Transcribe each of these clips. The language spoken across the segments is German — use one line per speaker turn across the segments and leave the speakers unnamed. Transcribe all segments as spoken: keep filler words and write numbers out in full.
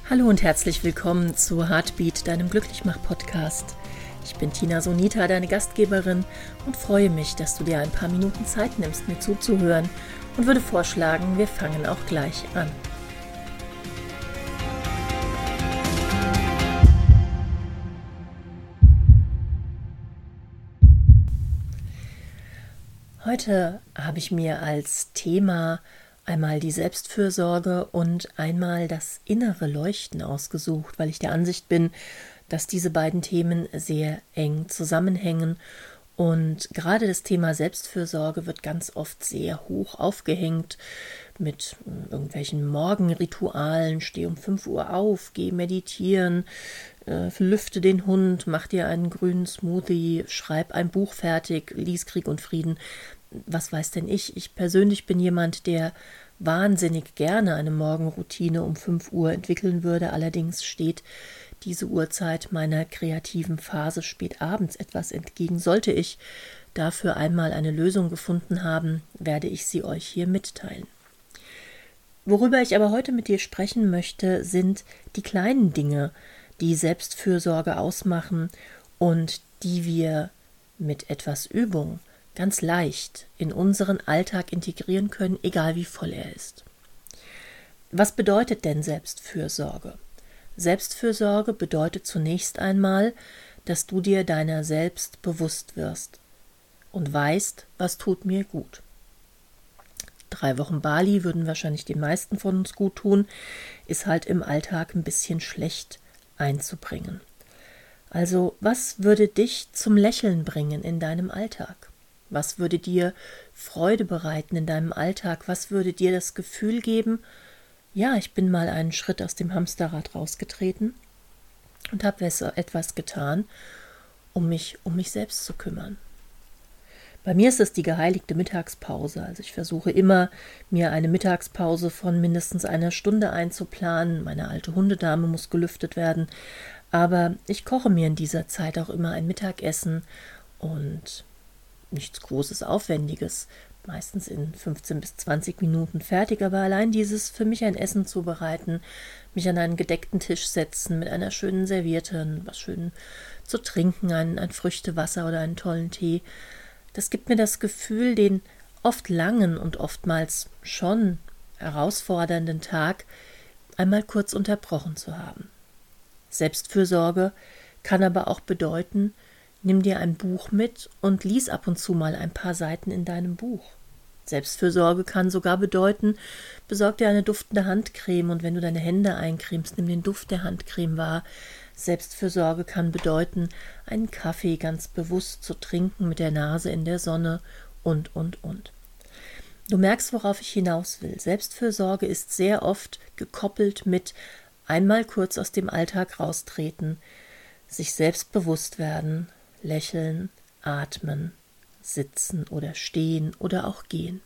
Hallo und herzlich willkommen zu Heartbeat, deinem Glücklichmach-Podcast. Ich bin Tina Sonita, deine Gastgeberin, und freue mich, dass du dir ein paar Minuten Zeit nimmst, mir zuzuhören, und würde vorschlagen, wir fangen auch gleich an. Heute habe ich mir als Thema einmal die Selbstfürsorge und einmal das innere Leuchten ausgesucht, weil ich der Ansicht bin, dass diese beiden Themen sehr eng zusammenhängen. Und gerade das Thema Selbstfürsorge wird ganz oft sehr hoch aufgehängt mit irgendwelchen Morgenritualen. Steh um fünf Uhr auf, geh meditieren, äh, lüfte den Hund, mach dir einen grünen Smoothie, schreib ein Buch fertig, lies Krieg und Frieden. Was weiß denn ich? Ich persönlich bin jemand, der wahnsinnig gerne eine Morgenroutine um fünf Uhr entwickeln würde. Allerdings steht diese Uhrzeit meiner kreativen Phase spät abends etwas entgegen. Sollte ich dafür einmal eine Lösung gefunden haben, werde ich sie euch hier mitteilen. Worüber ich aber heute mit dir sprechen möchte, sind die kleinen Dinge, die Selbstfürsorge ausmachen und die wir mit etwas Übung ganz leicht in unseren Alltag integrieren können, egal wie voll er ist. Was bedeutet denn Selbstfürsorge? Selbstfürsorge bedeutet zunächst einmal, dass du dir deiner selbst bewusst wirst und weißt, was tut mir gut. Drei Wochen Bali würden wahrscheinlich den meisten von uns gut tun, ist halt im Alltag ein bisschen schlecht einzubringen. Also, was würde dich zum Lächeln bringen in deinem Alltag? Was würde dir Freude bereiten in deinem Alltag? Was würde dir das Gefühl geben, ja, ich bin mal einen Schritt aus dem Hamsterrad rausgetreten und habe etwas getan, um mich um mich selbst zu kümmern. Bei mir ist es die geheiligte Mittagspause. Also ich versuche immer, mir eine Mittagspause von mindestens einer Stunde einzuplanen. Meine alte Hundedame muss gelüftet werden. Aber ich koche mir in dieser Zeit auch immer ein Mittagessen und nichts Großes, Aufwendiges, meistens in fünfzehn bis zwanzig Minuten fertig, aber allein dieses für mich ein Essen zubereiten, mich an einen gedeckten Tisch setzen mit einer schönen Serviette, was schön zu trinken, ein, ein Früchtewasser oder einen tollen Tee, das gibt mir das Gefühl, den oft langen und oftmals schon herausfordernden Tag einmal kurz unterbrochen zu haben. Selbstfürsorge kann aber auch bedeuten, nimm dir ein Buch mit und lies ab und zu mal ein paar Seiten in deinem Buch. Selbstfürsorge kann sogar bedeuten, besorg dir eine duftende Handcreme und wenn du deine Hände eincremst, nimm den Duft der Handcreme wahr. Selbstfürsorge kann bedeuten, einen Kaffee ganz bewusst zu trinken mit der Nase in der Sonne und, und, und. Du merkst, worauf ich hinaus will. Selbstfürsorge ist sehr oft gekoppelt mit einmal kurz aus dem Alltag raustreten, sich selbst bewusst werden, lächeln, atmen, sitzen oder stehen oder auch gehen.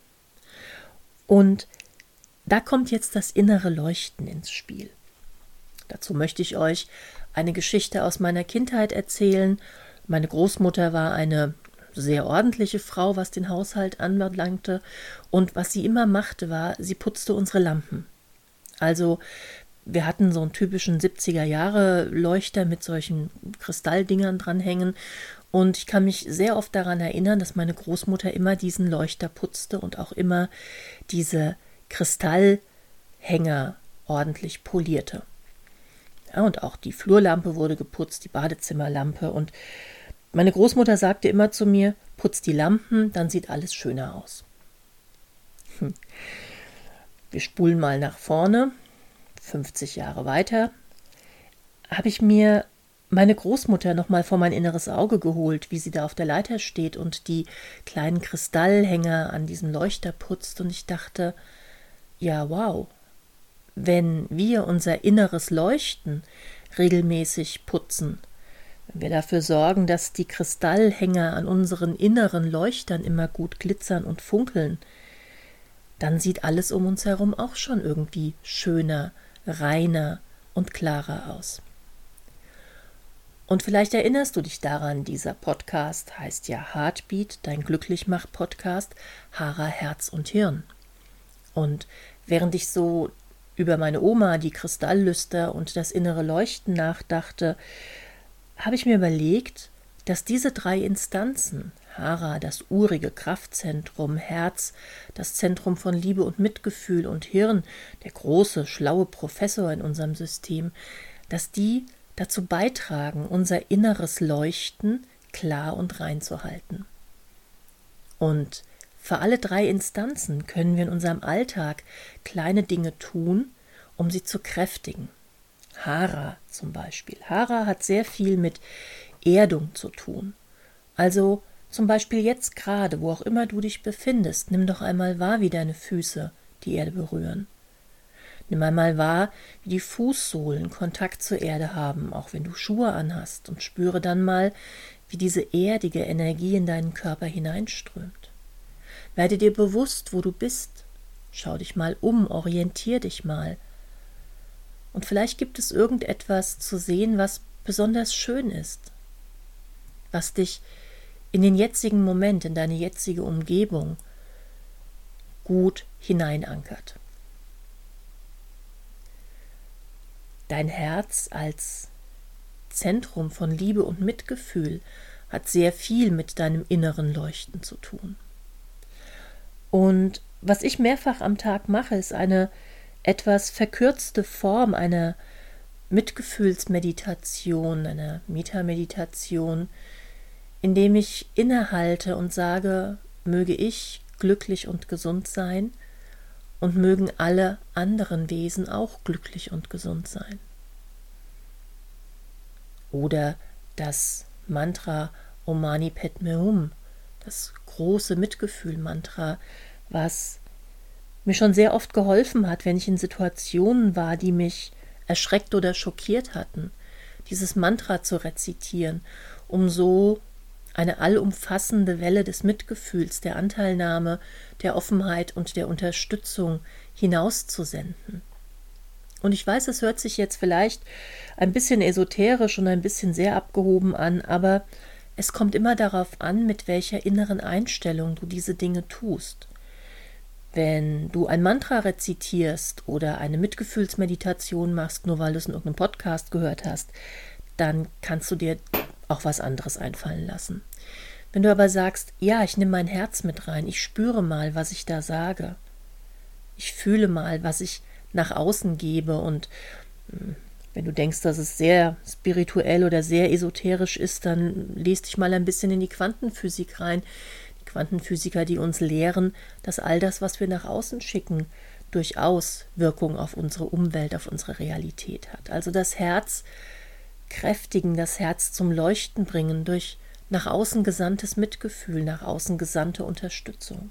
Und da kommt jetzt das innere Leuchten ins Spiel. Dazu möchte ich euch eine Geschichte aus meiner Kindheit erzählen. Meine Großmutter war eine sehr ordentliche Frau, was den Haushalt anbelangte. Und was sie immer machte, war, sie putzte unsere Lampen. Also wir hatten so einen typischen siebziger-Jahre-Leuchter mit solchen Kristalldingern dranhängen und ich kann mich sehr oft daran erinnern, dass meine Großmutter immer diesen Leuchter putzte und auch immer diese Kristallhänger ordentlich polierte. Ja, und auch die Flurlampe wurde geputzt, die Badezimmerlampe, und meine Großmutter sagte immer zu mir, putz die Lampen, dann sieht alles schöner aus. Hm. Wir spulen mal nach vorne. fünfzig Jahre weiter, habe ich mir meine Großmutter noch mal vor mein inneres Auge geholt, wie sie da auf der Leiter steht und die kleinen Kristallhänger an diesem Leuchter putzt. Und ich dachte, ja, wow, wenn wir unser inneres Leuchten regelmäßig putzen, wenn wir dafür sorgen, dass die Kristallhänger an unseren inneren Leuchtern immer gut glitzern und funkeln, dann sieht alles um uns herum auch schon irgendwie schöner, reiner und klarer aus. Und vielleicht erinnerst du dich daran, dieser Podcast heißt ja Heartbeat, dein Glücklichmach-Podcast, Haarer, Herz und Hirn. Und während ich so über meine Oma, die Kristalllüster und das innere Leuchten nachdachte, habe ich mir überlegt, dass diese drei Instanzen, Hara, das urige Kraftzentrum, Herz, das Zentrum von Liebe und Mitgefühl und Hirn, der große, schlaue Professor in unserem System, dass die dazu beitragen, unser inneres Leuchten klar und rein zu halten. Und für alle drei Instanzen können wir in unserem Alltag kleine Dinge tun, um sie zu kräftigen. Hara zum Beispiel. Hara hat sehr viel mit Erdung zu tun. Also zum Beispiel jetzt gerade, wo auch immer du dich befindest, nimm doch einmal wahr, wie deine Füße die Erde berühren. Nimm einmal wahr, wie die Fußsohlen Kontakt zur Erde haben, auch wenn du Schuhe anhast, und spüre dann mal, wie diese erdige Energie in deinen Körper hineinströmt. Werde dir bewusst, wo du bist. Schau dich mal um, orientier dich mal. Und vielleicht gibt es irgendetwas zu sehen, was besonders schön ist, was dich in den jetzigen Moment, in deine jetzige Umgebung gut hineinankert. Dein Herz als Zentrum von Liebe und Mitgefühl hat sehr viel mit deinem inneren Leuchten zu tun. Und was ich mehrfach am Tag mache, ist eine etwas verkürzte Form einer Mitgefühlsmeditation, einer Metameditation, indem ich innehalte und sage, möge ich glücklich und gesund sein und mögen alle anderen Wesen auch glücklich und gesund sein. Oder das Mantra Om Mani Padme Hum, das große Mitgefühl-Mantra, was mir schon sehr oft geholfen hat, wenn ich in Situationen war, die mich erschreckt oder schockiert hatten, dieses Mantra zu rezitieren, um so eine allumfassende Welle des Mitgefühls, der Anteilnahme, der Offenheit und der Unterstützung hinauszusenden. Und ich weiß, es hört sich jetzt vielleicht ein bisschen esoterisch und ein bisschen sehr abgehoben an, aber es kommt immer darauf an, mit welcher inneren Einstellung du diese Dinge tust. Wenn du ein Mantra rezitierst oder eine Mitgefühlsmeditation machst, nur weil du es in irgendeinem Podcast gehört hast, dann kannst du dir auch was anderes einfallen lassen. Wenn du aber sagst, ja, ich nehme mein Herz mit rein, ich spüre mal, was ich da sage, ich fühle mal, was ich nach außen gebe, und wenn du denkst, dass es sehr spirituell oder sehr esoterisch ist, dann lest dich mal ein bisschen in die Quantenphysik rein. Die Quantenphysiker, die uns lehren, dass all das, was wir nach außen schicken, durchaus Wirkung auf unsere Umwelt, auf unsere Realität hat. Also das Herz kräftigen, das Herz zum Leuchten bringen durch nach außen gesandtes Mitgefühl, nach außen gesandte Unterstützung.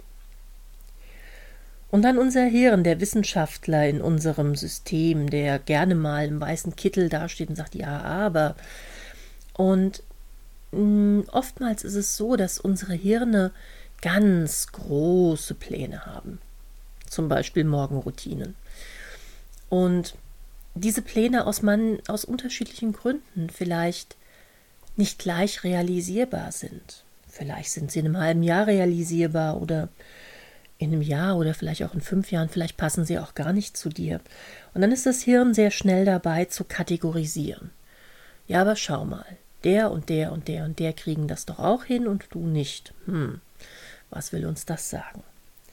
Und dann unser Hirn, der Wissenschaftler in unserem System, der gerne mal im weißen Kittel dasteht und sagt, ja, aber. Und mh, oftmals ist es so, dass unsere Hirne ganz große Pläne haben. Zum Beispiel Morgenroutinen. Und diese Pläne aus, man, aus unterschiedlichen Gründen vielleicht nicht gleich realisierbar sind. Vielleicht sind sie in einem halben Jahr realisierbar oder in einem Jahr oder vielleicht auch in fünf Jahren, vielleicht passen sie auch gar nicht zu dir. Und dann ist das Hirn sehr schnell dabei zu kategorisieren. Ja, aber schau mal, der und der und der und der kriegen das doch auch hin und du nicht. Hm, was will uns das sagen?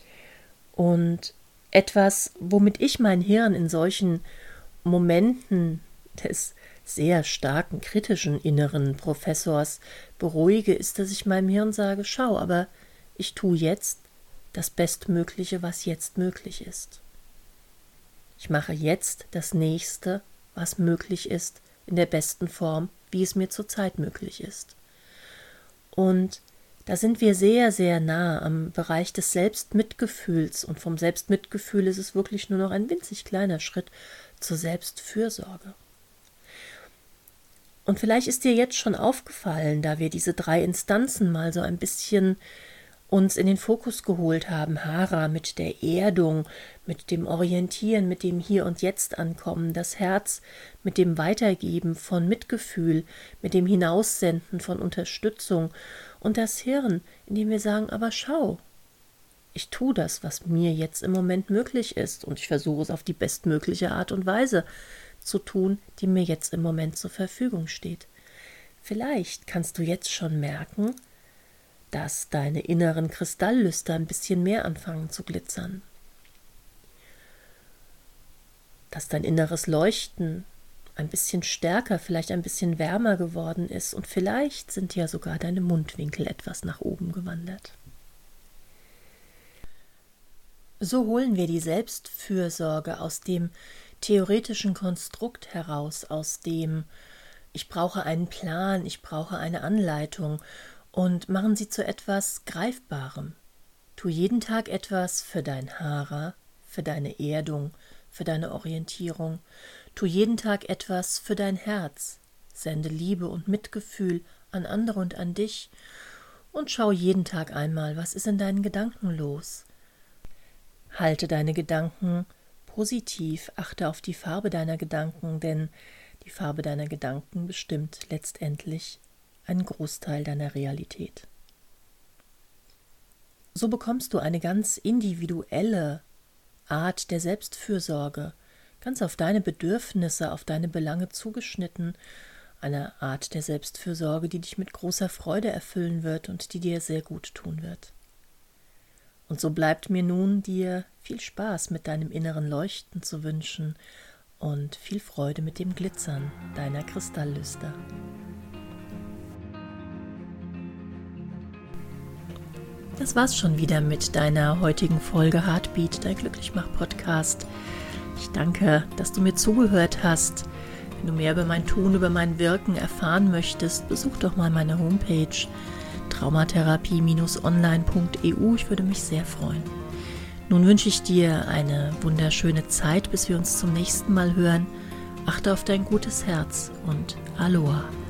Und etwas, womit ich mein Hirn in solchen Momenten des sehr starken, kritischen inneren Professors beruhige, ist, dass ich meinem Hirn sage, schau, aber ich tue jetzt das Bestmögliche, was jetzt möglich ist. Ich mache jetzt das Nächste, was möglich ist, in der besten Form, wie es mir zurzeit möglich ist. Und da sind wir sehr, sehr nah am Bereich des Selbstmitgefühls, und vom Selbstmitgefühl ist es wirklich nur noch ein winzig kleiner Schritt zur Selbstfürsorge. Und vielleicht ist dir jetzt schon aufgefallen, da wir diese drei Instanzen mal so ein bisschen uns in den Fokus geholt haben, Hara mit der Erdung, mit dem Orientieren, mit dem Hier und Jetzt ankommen, das Herz mit dem Weitergeben von Mitgefühl, mit dem Hinaussenden von Unterstützung und das Hirn, in dem wir sagen, aber schau, Ich tue das, was mir jetzt im Moment möglich ist, und ich versuche es auf die bestmögliche Art und Weise zu tun, die mir jetzt im Moment zur Verfügung steht. Vielleicht kannst du jetzt schon merken, dass deine inneren Kristalllüster ein bisschen mehr anfangen zu glitzern. Dass dein inneres Leuchten ein bisschen stärker, vielleicht ein bisschen wärmer geworden ist, und vielleicht sind ja sogar deine Mundwinkel etwas nach oben gewandert. So holen wir die Selbstfürsorge aus dem theoretischen Konstrukt heraus, aus dem ich brauche einen Plan, ich brauche eine Anleitung, und machen sie zu etwas Greifbarem. Tu jeden Tag etwas für dein Hara, für deine Erdung, für deine Orientierung. Tu jeden Tag etwas für dein Herz. Sende Liebe und Mitgefühl an andere und an dich. Und schau jeden Tag einmal, was ist in deinen Gedanken los. Halte deine Gedanken positiv, achte auf die Farbe deiner Gedanken, denn die Farbe deiner Gedanken bestimmt letztendlich einen Großteil deiner Realität. So bekommst du eine ganz individuelle Art der Selbstfürsorge, ganz auf deine Bedürfnisse, auf deine Belange zugeschnitten, eine Art der Selbstfürsorge, die dich mit großer Freude erfüllen wird und die dir sehr gut tun wird. Und so bleibt mir nun, dir viel Spaß mit deinem inneren Leuchten zu wünschen und viel Freude mit dem Glitzern deiner Kristalllüster. Das war's schon wieder mit deiner heutigen Folge Heartbeat, dein Glücklichmach-Podcast. Ich danke, dass du mir zugehört hast. Wenn du mehr über mein Tun, über mein Wirken erfahren möchtest, besuch doch mal meine Homepage traumatherapie Bindestrich online Punkt e u. Ich würde mich sehr freuen. Nun wünsche ich dir eine wunderschöne Zeit, bis wir uns zum nächsten Mal hören. Achte auf dein gutes Herz und Aloha.